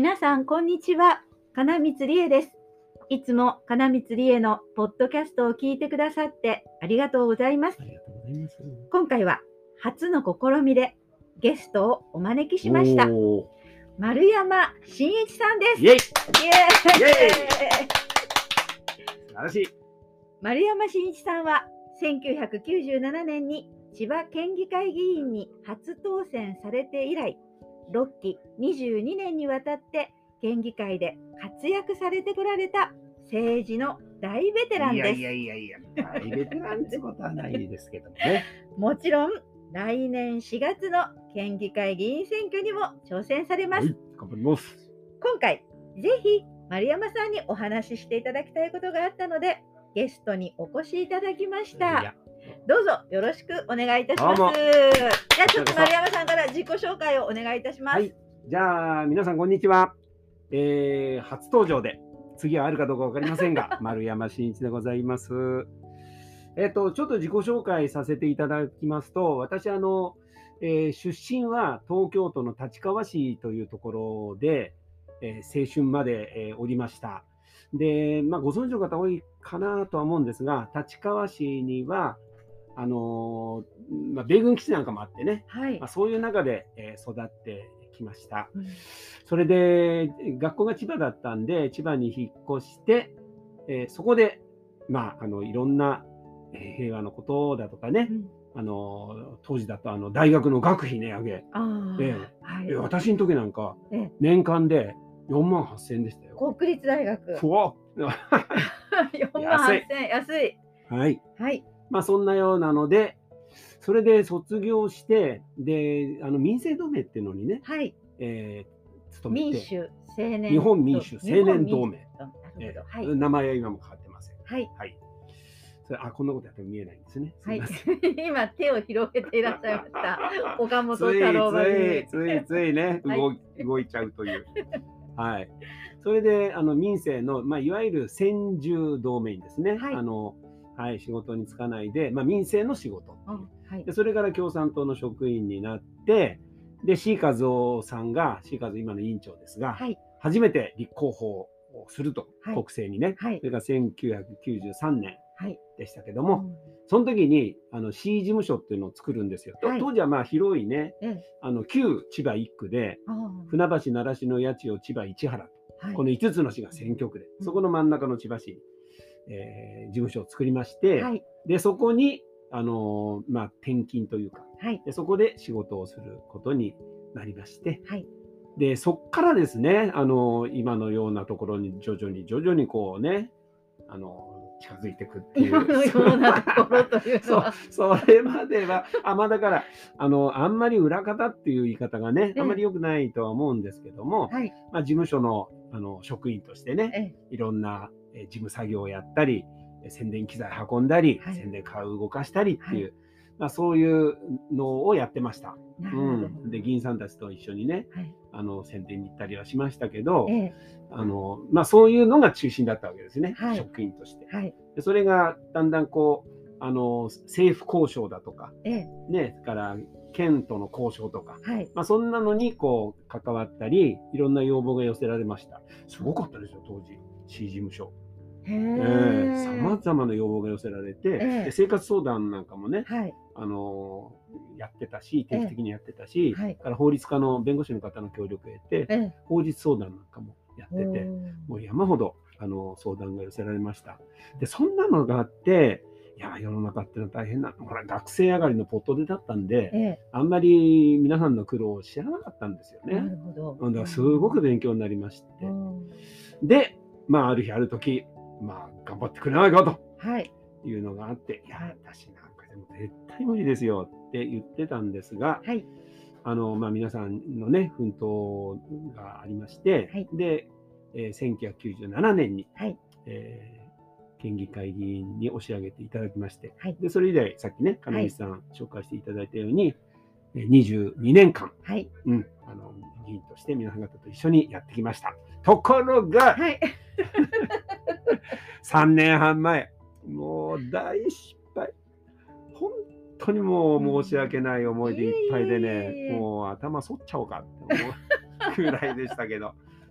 皆さんこんにちは、金光理恵です。いつも金光理恵のポッドキャストを聞いてくださってありがとうございます。 ありがとうございます。 今回は初の試みでゲストをお招きしました。丸山真一さんです。 イエイイエーイ素晴らしい。 丸山真一さんは1997年に千葉県議会議員に初当選されて以来、6期22年にわたって県議会で活躍されてこられた政治の大ベテランです。 いや、大ベテランってことはないですけどもね。 もちろん来年4月の県議会議員選挙にも挑戦されます。 はい、頑張ります。 今回ぜひ丸山さんにお話ししていただきたいことがあったのでゲストにお越しいただきました。どうぞよろしくお願いいたします。じゃあちょっと丸山さんから自己紹介をお願いいたします。 はい、じゃあ皆さんこんにちは。初登場で次はあるかどうかわかりませんが丸山真一でございます。ちょっと自己紹介させていただきますと、私出身は東京都の立川市というところで、青春まで、おりました。で、ご存知の方多いかなとは思うんですが、立川市には米軍基地なんかもあってね、 はい、 そういう中で、育ってきました。それで学校が千葉だったんで千葉に引っ越して、そこで、いろんな平和のことだとかね、当時だと大学の学費値上げ、私の時なんか年間で48,000円でしたよ。 国立大学。 うわ 48,000円安い。 はい。 はい。 そんなようなので、それで卒業して、で、民政同盟っていうのにね、勤めて、日本民主青年同盟。名前は今も変わってません。 はい。 こんなことやっても見えないんですね。 はい。今手を広げていらっしゃいました。岡本太郎がついね、動いちゃうという。はい。それで民政のいわゆる専従同盟員ですね。仕事に就かないで、民政の仕事で、それから共産党の職員になって、で C 和夫さんが C 和夫今の委員長ですが、初めて立候補をすると、国政にね、それが1993年でしたけども、その時にC 事務所っていうのを作るんですよ。当時は広いね、旧千葉1区で船橋、習志野、八千代、千葉、市原、この5つの市が選挙区で、そこの真ん中の千葉市に事務所を作りまして、でそこに転勤というか、でそこで仕事をすることになりまして、でそこからですね、今のようなところに徐々にこうね、近づいていくっていう。 今のようなところというのはそれまではだからあんまり裏方っていう言い方がね、あんまり良くないとは思うんですけども、事務所の職員としてね、いろんな事務作業をやったり、宣伝機材運んだり、宣伝カー動かしたりっていう、そういうのをやってました。で議員さんたちと一緒にね、宣伝に行ったりはしましたけど、そういうのが中心だったわけですね、職員として。でそれがだんだんこう政府交渉だとか、ね、から県との交渉とか、そんなのにこう関わったり、いろんな要望が寄せられました。すごかったですよ、当時 C 事務所。さまざまな要望が寄せられて、で生活相談なんかもね、やってたし、定期的にやってたし、から法律家の弁護士の方の協力を得て、法律相談なんかもやってて、もう山ほど相談が寄せられました。でそんなのがあって、いや世の中ってのは大変な、学生上がりのポットでだったんで、あんまり皆さんの苦労を知らなかったんですよね。だからすごく勉強になりまして、である日ある時、頑張ってくれないかというのがあって、いや私なんかでも絶対無理ですよって言ってたんですが、皆さんのね奮闘がありまして、で、1997年に、県議会議員に押し上げていただきまして、でそれ以来さっきね金光さん紹介していただいたように、22年間、議員として皆さん方と一緒にやってきました。ところが、3年半前、もう大失敗。本当にもう申し訳ない思いでいっぱいでね、もう頭反っちゃおうかって思うくらいでしたけど、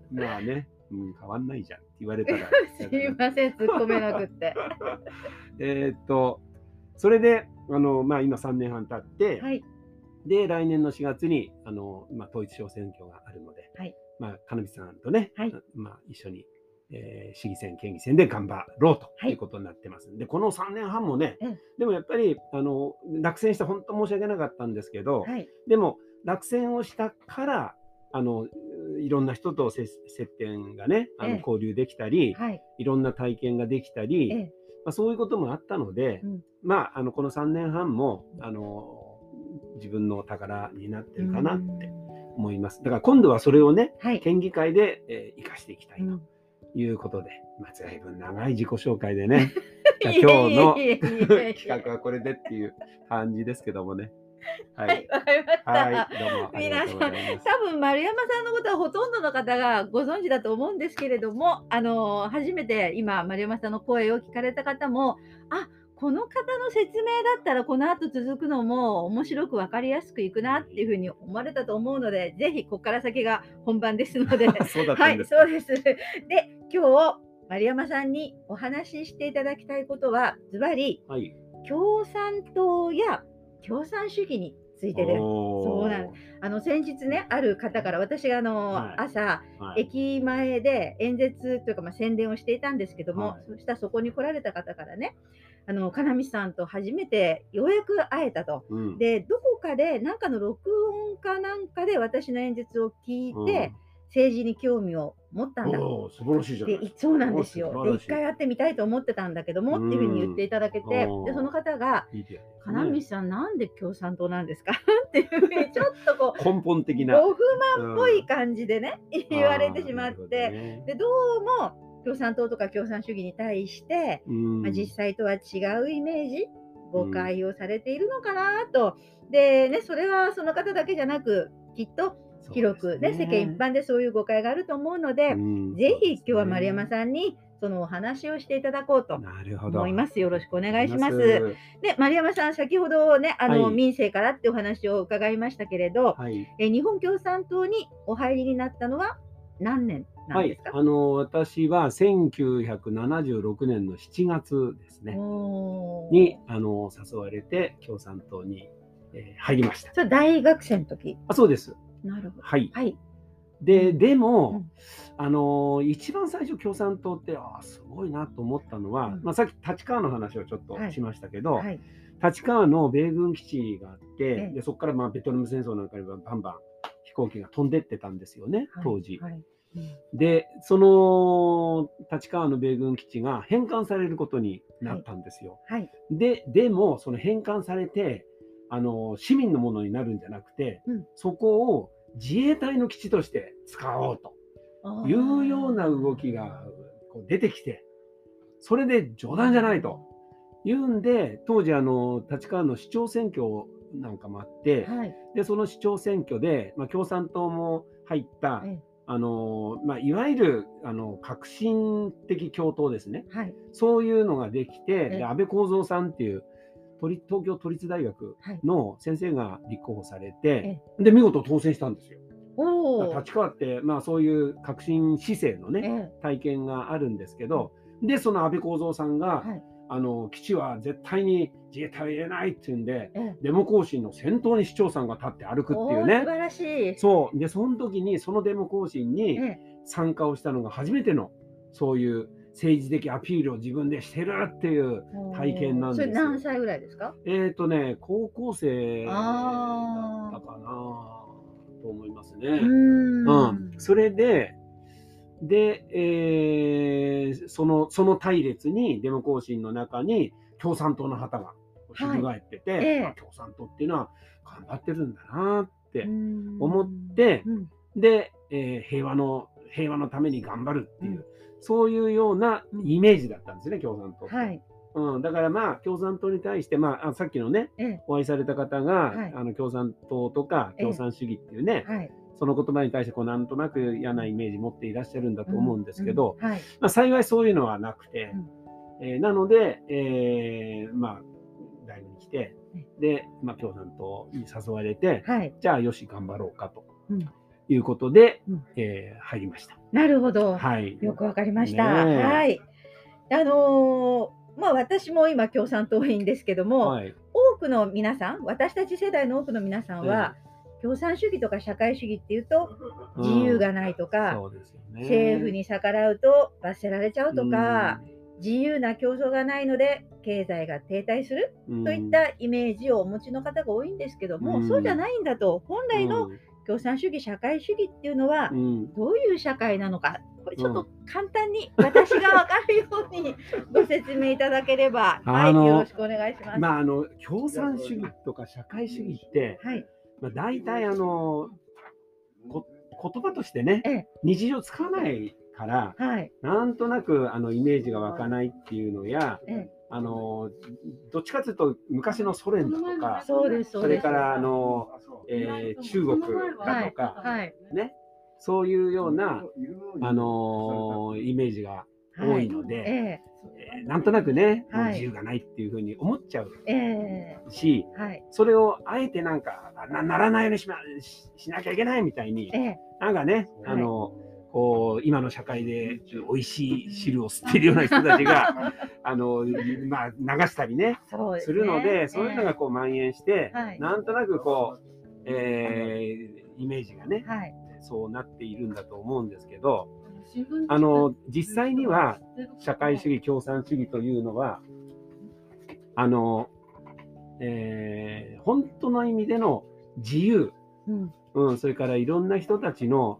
まあね、変わんないじゃんって言われたらすいません、突っ込めなくってそれでまあ、今3年半経って、 はい、 で来年の4月にまあ、統一地方選挙があるので、 はい、 まあ、金光さんとね、 はい、 まあ、一緒に、市議選県議選で頑張ろうということになってます。でこの3年半もね、でもやっぱり落選して本当申し訳なかったんですけど、 はい、でも落選をしたからいろんな人と接点がね交流できたり、いろんな体験ができたり、まあ、そういうこともあったので、まあこの3年半も自分の宝になってるかなって思います。だから今度はそれをね、県議会で生かしていきたいということで、まあ、随分長い自己紹介でね今日の企画はこれでっていう感じですけどもね。 はい、わかりました。はい、どうも皆さん、多分丸山さんのことはほとんどの方がご存知だと思うんですけれども、初めて今丸山さんの声を聞かれた方も、あ、この方の説明だったらこの後続くのも面白く分かりやすくいくなっていうふうに思われたと思うので、ぜひここから先が本番ですのでそうだったんですか。 はい、そうです。で、今日丸山さんにお話ししていただきたいことはズバリ、共産党や共産主義についてです。そうなん先日ね、ある方から私が朝、駅前で演説というか、まあ、宣伝をしていたんですけども、そしたらそこに来られた方からね、金見さんと初めてようやく会えたと。で、どこかで何かの録音かなんかで私の演説を聞いて、政治に興味を持ったんだ。 素晴らしいじゃないですか。 そうなんですよ。で、一回会ってみたいと思ってたんだけどもっていうふうに言っていただけて、で、その方が、金見さんなんで共産党なんですかっていうふうにちょっとこう根本的なご不満っぽい感じでね、言われてしまって、で、どうも共産党とか共産主義に対して、まあ、実際とは違うイメージ、誤解をされているのかなと。でね、それはその方だけじゃなく、きっと広くね、世間一般でそういう誤解があると思うので、ぜひ今日は丸山さんにそのお話をしていただこうと思います。よろしくお願いします。で、丸山さん、先ほどね、民政からってお話を伺いましたけれど、日本共産党にお入りになったのは何年なんですか？ 私は1976年の7月ですねに誘われて共産党に入りました。 それ大学生の時？ そうです。 なるほど。 はい。でも、一番最初共産党ってすごいなと思ったのは、まあ、さっき立川の話をちょっとしましたけど、立川の米軍基地があって、でそこからまあベトナム戦争なんかにはバンバン飛行機が飛んでってたんですよね、当時。でその立川の米軍基地が返還されることになったんですよ。でもその返還されて市民のものになるんじゃなくて、そこを自衛隊の基地として使おうというような動きが出てきて、それで冗談じゃないというんで、当時立川の市長選挙なんかもあって、でその市長選挙で、まあ、共産党も入った、まあ、いわゆる革新的共闘ですね、そういうのができて、で安倍公三さんっていう東京都立大学の先生が立候補されて、で見事当選したんですよ。立川って、まあ、そういう革新姿勢のね、体験があるんですけど、でその安倍公三さんが、基地は絶対に自衛隊を入れないっていうんで、デモ行進の先頭に市長さんが立って歩くっていうね。 素晴らしい。 そうでその時にそのデモ行進に参加をしたのが初めてのそういう政治的アピールを自分でしてるっていう体験なんですよ。 それ何歳ぐらいですか？ 高校生だったかなと思いますね。それでその隊列にデモ行進の中に共産党の旗が翻ってて、共産党っていうのは頑張ってるんだなって思って、で、平和のために頑張るっていう、そういうようなイメージだったんですね、共産党って。だからまあ共産党に対して、まあ、さっきのね、お会いされた方が、共産党とか共産主義っていうね、その言葉に対してなんとなく嫌なイメージ持っていらっしゃるんだと思うんですけど、まあ、幸いそういうのはなくて、なので、まあ大学に来て、で、まあ、共産党に誘われて、じゃあよし頑張ろうかということで、入りました。 なるほど。 はい。 よくわかりました。はい。私も今共産党員ですけども、多くの皆さん、私たち世代の多くの皆さんは、共産主義とか社会主義っていうと、自由がないとか、政府に逆らうと罰せられちゃうとか、自由な競争がないので経済が停滞するといったイメージをお持ちの方が多いんですけども、そうじゃないんだと。本来の共産主義社会主義っていうのはどういう社会なのか、これちょっと簡単に私が分かるようにご説明いただければ、よろしくお願いします。 共産主義とか社会主義って、大体言葉としてね、日常使わないから、なんとなくイメージが湧かないっていうのや、どっちかというと昔のソ連だとか、それから中国だとか、ね、そういうようなイメージが多いので、なんとなくね、自由がないっていうふうに思っちゃうし、それをあえてなんかならないようにしなきゃいけないみたいに、なんかね、今の社会で美味しい汁を吸っているような人たちが流したりねするので、そういうのが蔓延して、なんとなくイメージがね、そうなっているんだと思うんですけど、実際には社会主義共産主義というのは本当の意味での自由、それからいろんな人たちの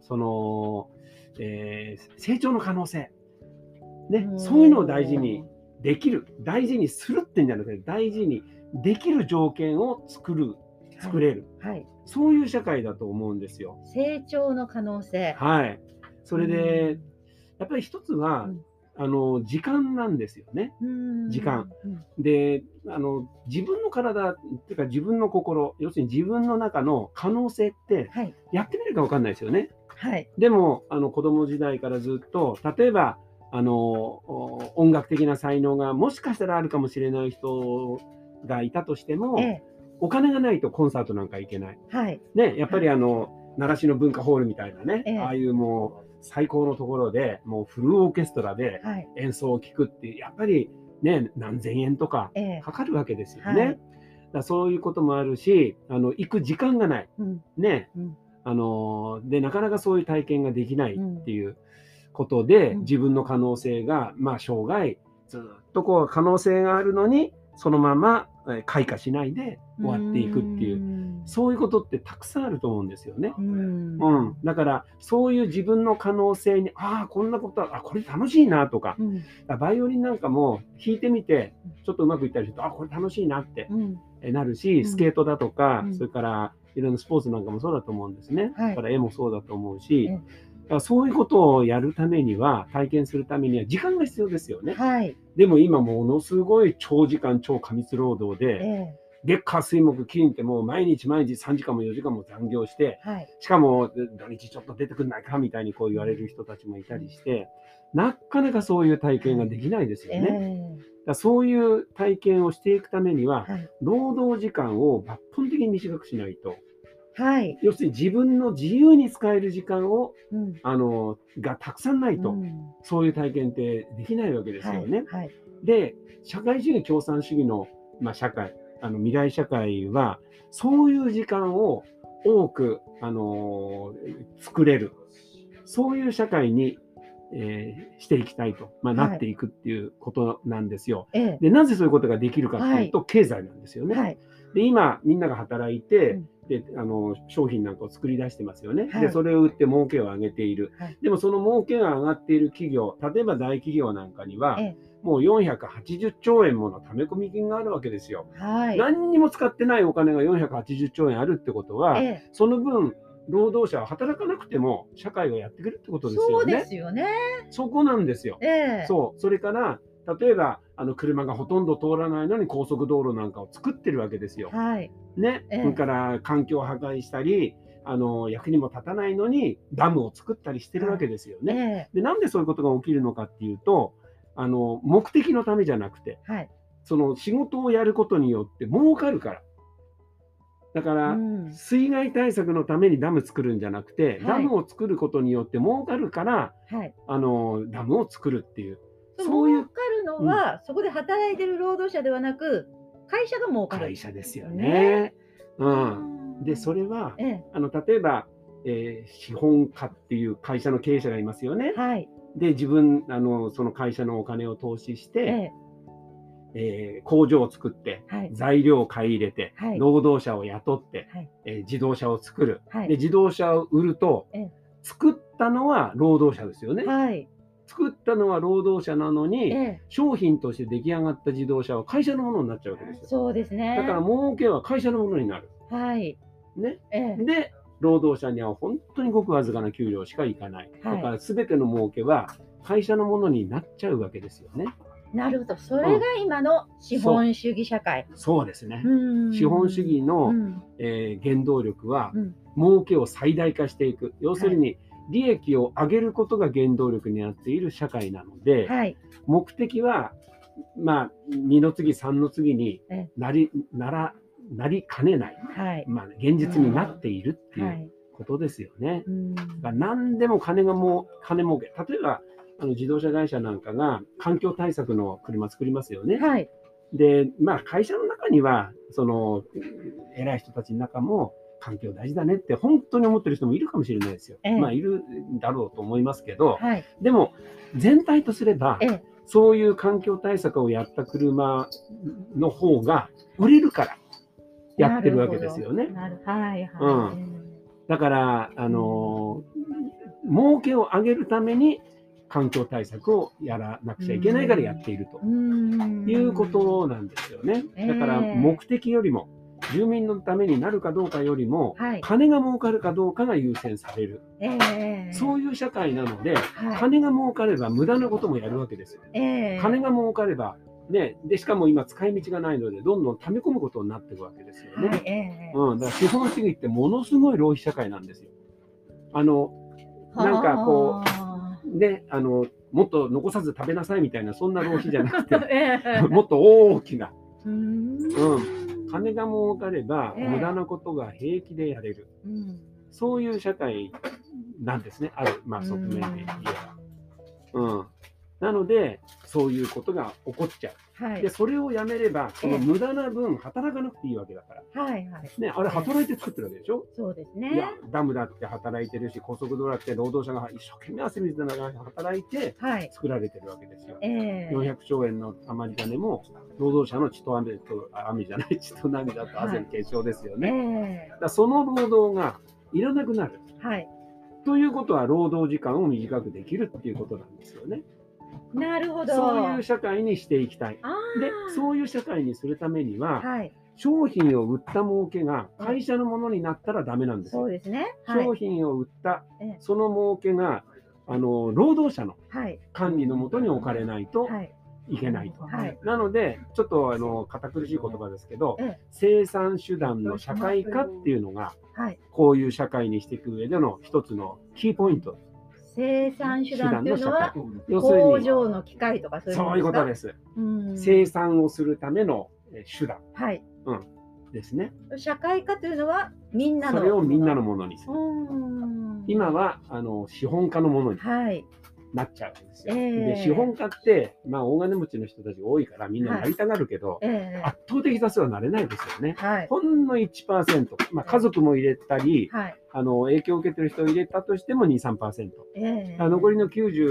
成長の可能性、ね、そういうのを大事にできる、大事にするってんじゃなくて、大事にできる条件を作れる、そういう社会だと思うんですよ。 成長の可能性。 それでやっぱり一つは、時間なんですよね。時間。で、自分の体っていうか自分の心、要するに自分の中の可能性って、やってみるか分かんないですよね。でも子供時代からずっと、例えば音楽的な才能がもしかしたらあるかもしれない人がいたとしても、お金がないとコンサートなんか行けない。ね、やっぱり習志野文化ホールみたいなね、ああいうもう最高のところでもうフルオーケストラで演奏を聴くってやっぱりね、何千円とかかかるわけですよね。そういうこともあるし、行く時間がない、ね、でなかなかそういう体験ができないっていうことで、自分の可能性が生涯ずっと可能性があるのにそのまま開花しないで終わっていくっていう、そういうことってたくさんあると思うんですよね。だからそういう自分の可能性に、こんなことはこれ楽しいなとか、バイオリンなんかも弾いてみてちょっとうまくいったりするとこれ楽しいなってなるし、スケートだとか、それからいろんなスポーツなんかもそうだと思うんですね。だから絵もそうだと思うし、だからそういうことをやるためには、体験するためには時間が必要ですよね。でも今ものすごい長時間超過密労働で、月火水木金ってもう毎日3時間も4時間も残業して、しかも土日ちょっと出てくんないかみたいに言われる人たちもいたりして、なかなかそういう体験ができないですよね。だそういう体験をしていくためには、労働時間を抜本的に短くしないと。要するに自分の自由に使える時間を、がたくさんないと、そういう体験ってできないわけですよね。で、社会主義共産主義の、社会、未来社会はそういう時間を多く、作れる、そういう社会に、していきたいと、なっていくっていうことなんですよ。で、なぜそういうことができるかっていうと、経済なんですよね。で、今みんなが働いて、で商品なんかを作り出してますよね。でそれを売って儲けを上げている。でもその儲けが上がっている企業、例えば大企業なんかには、もう480兆円もの溜め込み金があるわけですよ。何にも使ってないお金が480兆円あるってことは、その分労働者は働かなくても社会がやってくるってことですよね。 そうですよね。 そこなんですよ。それから例えば車がほとんど通らないのに高速道路なんかを作ってるわけですよ。ね、それから環境を破壊したり役にも立たないのにダムを作ったりしてるわけですよね。でなんでそういうことが起きるのかっていうと目的のためじゃなくて、その仕事をやることによって儲かるから。 だから、水害対策のためにダム作るんじゃなくて、ダムを作ることによって儲かるから、ダムを作るっていう。 そういう儲かるのは、そこで働いてる労働者ではなく、会社が儲かる。 会社ですよね。で、それは、例えば、資本家っていう会社の経営者がいますよね。で、自分、その会社のお金を投資して、工場を作って、材料を買い入れて、労働者を雇って、自動車を作る。で、自動車を売ると、作ったのは労働者ですよね。作ったのは労働者なのに、商品として出来上がった自動車は会社のものになっちゃうわけですよ。 そうですね。 だから儲けは会社のものになる。ね。で、労働者には本当にごくわずかな給料しかいかない。だから全ての儲けは会社のものになっちゃうわけですよね。 なるほど。それが今の資本主義社会。 そうですね。資本主義の原動力は儲けを最大化していく。要するに利益を上げることが原動力になっている社会なので、目的はまあ2の次3の次になりかねない、現実になっているっていうことですよね。何でも金儲け。例えば自動車会社なんかが環境対策の車作りますよね。で、会社の中にはその偉い人たちの中も環境大事だねって本当に思ってる人もいるかもしれないですよ。いるだろうと思いますけど、でも全体とすれば、そういう環境対策をやった車の方が売れるからやってるわけですよね。だから儲けを上げるために環境対策をやらなくちゃいけないからやっているということなんですよね。だから目的よりも住民のためになるかどうかよりも、金が儲かるかどうかが優先される、そういう社会なので、金が儲かれば無駄なこともやるわけですよ。金が儲かればね、でしかも今使い道がないのでどんどん溜め込むことになっているわけですよね。だから資本主義ってものすごい浪費社会なんですよ。なんかこうね、もっと残さず食べなさいみたいなそんな浪費じゃなくて、もっと大きな、金が儲かれば無駄なことが平気でやれる、そういう社会なんですね。ある側面で言えば。なのでそういうことが起こっちゃう。でそれをやめればその無駄な分働かなくていいわけだから。ね、あれ働いて作ってるわけでしょ。 そうですね。 いやダムだって働いてるし、高速道路だって労働者が一生懸命汗水で働いて作られてるわけですよ。400兆円の余り金も労働者の血と雨じゃない血と涙と汗の結晶ですよね。だその労働がいらなくなる。ということは労働時間を短くできるっていうことなんですよね。 なるほど。 そういう社会にしていきたい。で、そういう社会にするためには、商品を売った儲けが会社のものになったらダメなんですよ。 そうですね。 商品を売ったその儲けが労働者の管理のもとに置かれないといけないと。なのでちょっと堅苦しい言葉ですけど、生産手段の社会化っていうのが、こういう社会にしていく上での一つのキーポイント。 生産手段というのは工場の機械とかそういうことです。生産をするための手段ですね。 社会化というのはみんなのそれをみんなのものにする。今は資本家のものになっちゃうんですよ。で資本家って大金持ちの人たちが多いからみんななりたがるけど、圧倒的多数はなれないですよね。ほんの 1%、家族も入れたり、影響を受けてる人を入れたとしても 2、3%、残りの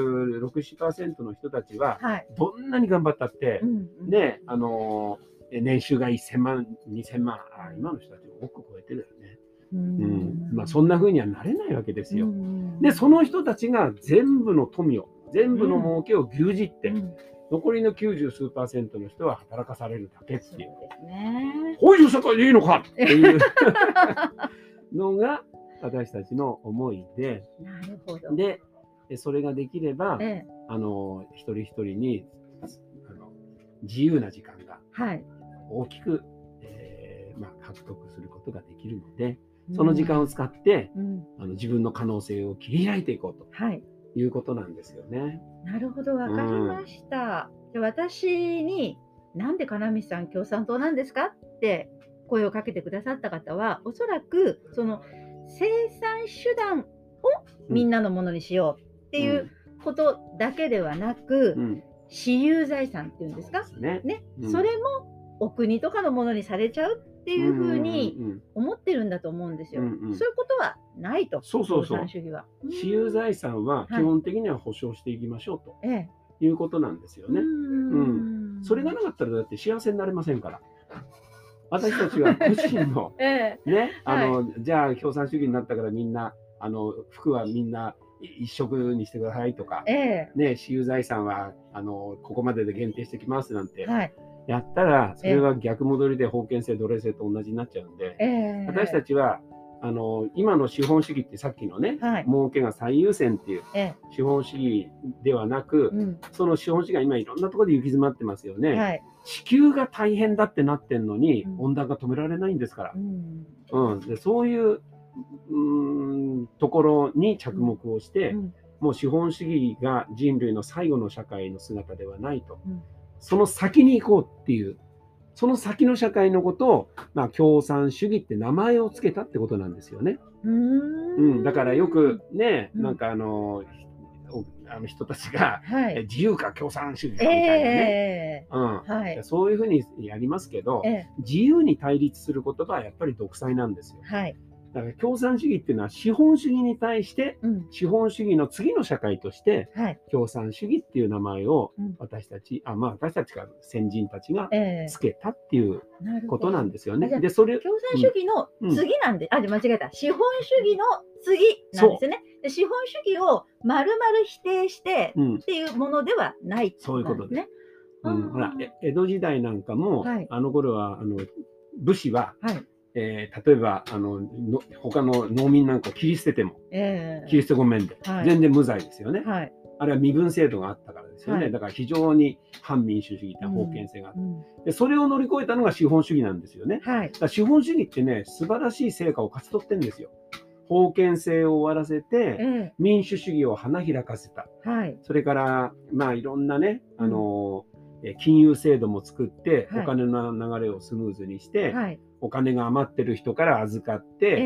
96、7% の人たちはどんなに頑張ったってね、年収が1000万2000万今の人たち多く超えてるよね。そんな風にはなれないわけですよ。でその人たちが全部の富を全部の儲けを牛耳って、残りの90数%の人は働かされるだけっていう、こういう社会でいいのかっていうのが私たちの思いで、でそれができれば、一人一人に自由な時間が大きく、獲得することができるので、その時間を使って、自分の可能性を切り開いていこうということなんですよね。 なるほど、わかりました。私になんで金光さん共産党なんですかって声をかけてくださった方は、おそらくその生産手段をみんなのものにしようっていうことだけではなく、私有財産っていうんですかね、それもお国とかのものにされちゃうっていうふうに思ってるんだと思うんですよ。そういうことはないと。共産主義は。 私有財産は基本的には保障していきましょうということなんですよね。それがなかったらだって幸せになれませんから。私たちは個人のね、じゃあ共産主義になったからみんな服はみんな一色にしてくださいとか、ね、私有財産はここまでで限定してきますなんてやったら、それは逆戻りで封建制奴隷制と同じになっちゃうんで、私たちは今の資本主義ってさっきのね、儲けが最優先っていう資本主義ではなく、その資本主義が今いろんなところで行き詰まってますよね。地球が大変だってなってんのに、温暖化止められないんですから、でそういうところに着目をして、もう資本主義が人類の最後の社会の姿ではないと、その先に行こうっていう、その先の社会のことを、共産主義って名前を付けたってことなんですよね。だからよくね、なんか人たちが、自由か共産主義かみたいなね、そういうふうにやりますけど、自由に対立する言葉はやっぱり独裁なんですよ。だから共産主義っていうのは資本主義に対して、資本主義の次の社会として、共産主義っていう名前を私たちが先人たちがつけたっていうことなんですよね。 で、それ共産主義の次なんで、間違えた。資本主義の次なんですよね。で、資本主義を丸々否定してっていうものではないってことなんですね。 ほら、江戸時代なんかも、あの頃は武士は、例えば他の農民なんかを切り捨てても、切り捨てごめんで、全然無罪ですよね。あれは身分制度があったからですよね。だから非常に反民主主義な封建性があって、でそれを乗り越えたのが資本主義なんですよね。だから資本主義ってね、素晴らしい成果を勝ち取ってるんですよ。封建制を終わらせて、民主主義を花開かせた。それからいろんなね、金融制度も作って、お金の流れをスムーズにして、お金が余ってる人から預かって、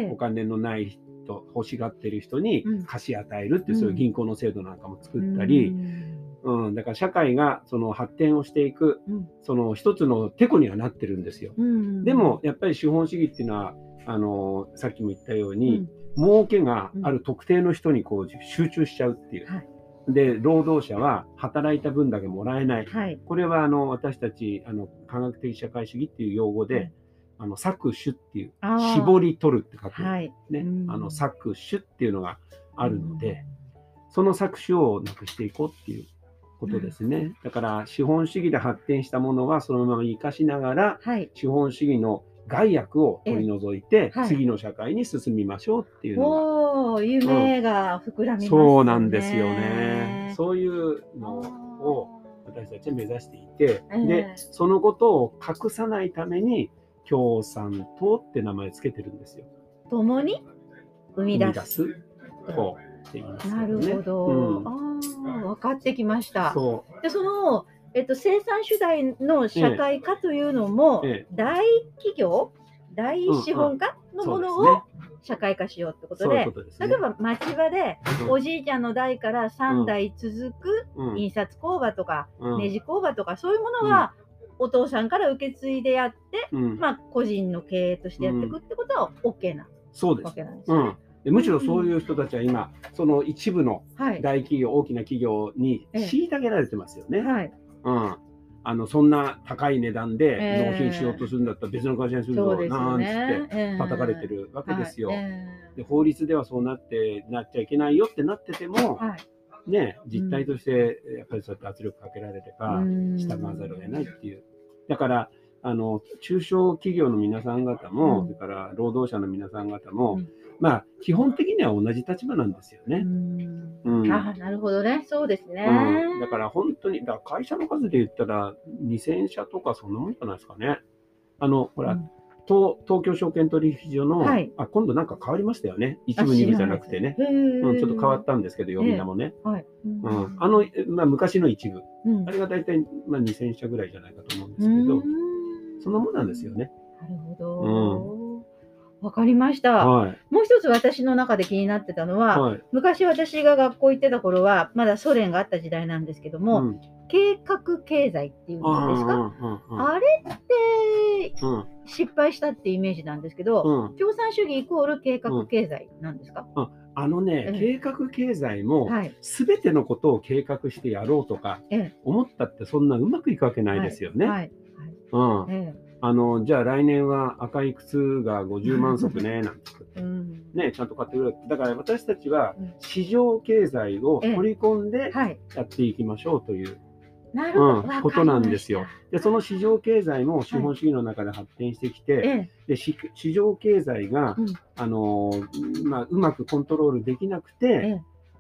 お金のない人、欲しがってる人に貸し与えるっていう、そういう銀行の制度なんかも作ったり、だから社会がその発展をしていく、その一つのテコにはなってるんですよ。でもやっぱり資本主義っていうのはさっきも言ったように、儲けがある特定の人にこう集中しちゃうっていう。で、労働者は働いた分だけもらえない。これは私たち科学的社会主義っていう用語で、搾取っていう、絞り取るって書く、ね、搾取っていうのがあるので、その搾取をなくしていこうっていうことですね。だから資本主義で発展したものはそのまま生かしながら、資本主義の害悪を取り除いて、次の社会に進みましょうっていうのが、 夢が膨らみますね。 そうなんですよね。そういうのを私たちは目指していて、でそのことを隠さないために共産党って名前つけてるんですよ。 共に生み出すと言いますね。 なるほど。分かってきました。でその生産主体の社会化というのも、大企業、大資本家のものを社会化しようってことで、例えば町場でおじいちゃんの代から3代続く印刷工場とかネジ工場とか、そういうものはお父さんから受け継いでやって、個人の経営としてやっていくってことは OK なわけなんですよね。 むしろそういう人たちは今、その一部の大企業、大きな企業に虐げられてますよね。そんな高い値段で納品しようとするんだったら別の会社にするぞなんつって叩かれてるわけですよ。で法律ではそうなっちゃいけないよってなってても、ね、実態としてやっぱりそうやって圧力かけられれば従わざるを得ないっていう。だから中小企業の皆さん方も、それから労働者の皆さん方も、基本的には同じ立場なんですよね。 なるほどね。そうですね。 だから本当に、会社の数で言ったら2000社とかそんなもんじゃないですかね。ほら、東京証券取引所の、今度なんか変わりましたよね。一部二部じゃなくてね。ちょっと変わったんですけど、呼び名もね。昔の一部。あれが大体2000社ぐらいじゃないかと思うんですけど、そんなもんなんですよね。 なるほど。わかりました。もう一つ私の中で気になってたのは、昔私が学校行ってた頃は、まだソ連があった時代なんですけども、計画経済っていうんですか？あれって失敗したってイメージなんですけど、共産主義イコール計画経済なんですか？ 計画経済も全てのことを計画してやろうとか思ったってそんなうまくいくわけないですよね。じゃあ来年は赤い靴が50万足ねなんてね、ちゃんと買ってくれる。だから私たちは市場経済を取り込んでやっていきましょうということなんですよ。で、その市場経済も資本主義の中で発展してきて、で市場経済がうまくコントロールできなくて、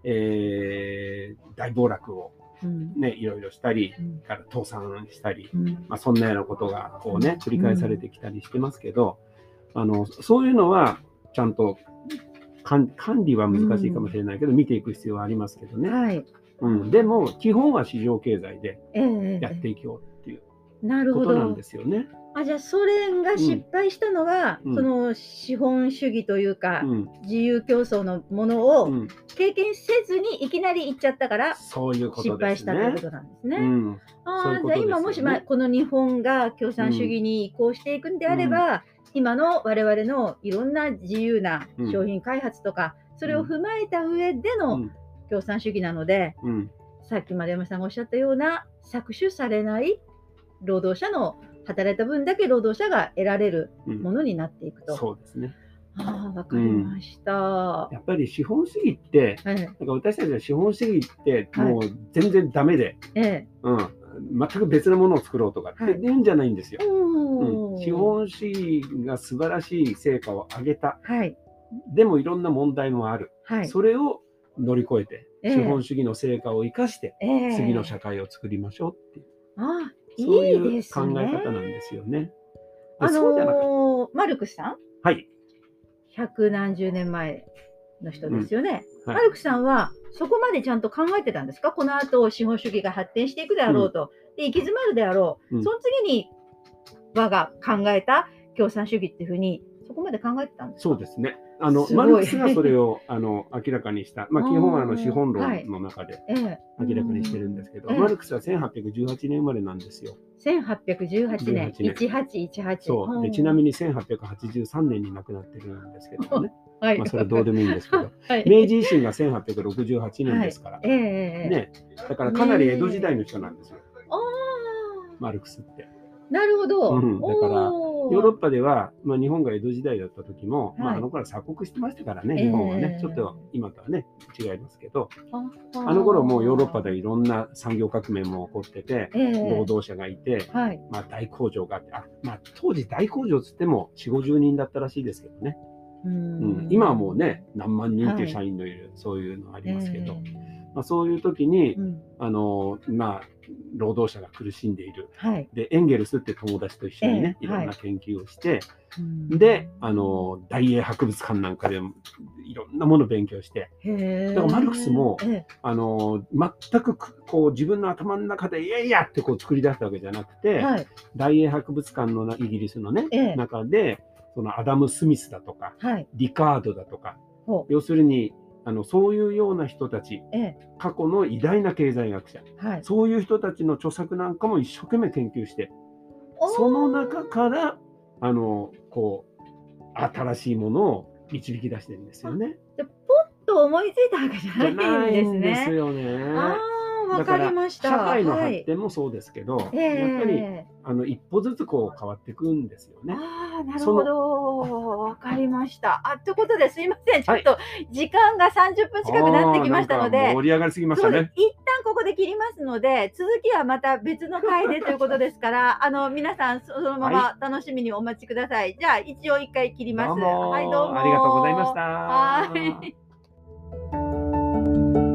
大暴落をいろいろしたり、から倒産したり、そんなようなことがこうね繰り返されてきたりしてますけど、そういうのはちゃんと管理は難しいかもしれないけど、見ていく必要はありますけどね。でも基本は市場経済でやっていこうっていうことなんですよね。 じゃあソ連が失敗したのは、その資本主義というか、自由競争のものを経験せずにいきなり行っちゃったから失敗したということなんですね。じゃあ今もしこの日本が共産主義に移行していくんであれば、今の我々のいろんな自由な商品開発とか、それを踏まえた上での共産主義なので、さっき丸山さんがおっしゃったような搾取されない労働者の働いた分だけ労働者が得られるものになっていくと。 そうですね。 わかりました。 やっぱり資本主義って、なんか私たちは資本主義ってもう全然ダメで、全く別のものを作ろうとかって言うんじゃないんですよ。資本主義が素晴らしい成果を上げた。でもいろんな問題もある。それを乗り越えて、資本主義の成果を生かして、次の社会を作りましょうっていう。そういう考え方なんですよね。 マルクスさん、百何十年前の人ですよね。マルクスさんはそこまでちゃんと考えてたんですか？この後資本主義が発展していくであろうと、で行き詰まるであろう、その次に我が考えた共産主義っていうふうにそこまで考えてたんですか？ そうですね。マルクスがそれを明らかにした、基本は資本論の中で明らかにしてるんですけど、マルクスは1818年生まれなんですよ。 1818年、1818。 そうで、ちなみに1883年に亡くなってるんですけどね。それはどうでもいいんですけど、明治維新が1868年ですから、ね、だからかなり江戸時代の人なんですよ。マルクスって。 なるほど。 だからヨーロッパでは、日本が江戸時代だった時も、あの頃は鎖国してましたからね、日本はね、ちょっと今とはね違いますけど、あの頃もうヨーロッパでいろんな産業革命も起こってて、労働者がいて、大工場があって、当時大工場つっても4、50人だったらしいですけどね。今はもうね何万人っていう社員のいる、そういうのありますけど、そういう時に、労働者が苦しんでいる、でエンゲルスって友達と一緒にね、いろんな研究をして、で大英博物館なんかでいろんなものを勉強して、だからマルクスも全くこう自分の頭の中でいやいやってこう作り出したわけじゃなくて、大英博物館のイギリスのね、中でそのアダム・スミスだとか、リカードだとか、要するにそういうような人たち、過去の偉大な経済学者、そういう人たちの著作なんかも一生懸命研究して、その中からこう新しいものを導き出してるんですよね。 ポッと思いついたわけじゃないんですね。 ですよね。 わかりました。 社会の発展もそうですけど、やっぱり一歩ずつこう変わっていくんですよね。 なるほど、わかりました。ということですいません、ちょっと時間が30分近くなってきましたので、 盛り上がりすぎましたね。 一旦ここで切りますので、続きはまた別の回でということですから、皆さんそのまま楽しみにお待ちください。じゃあ一応一回切ります。 はい、どうもありがとうございました。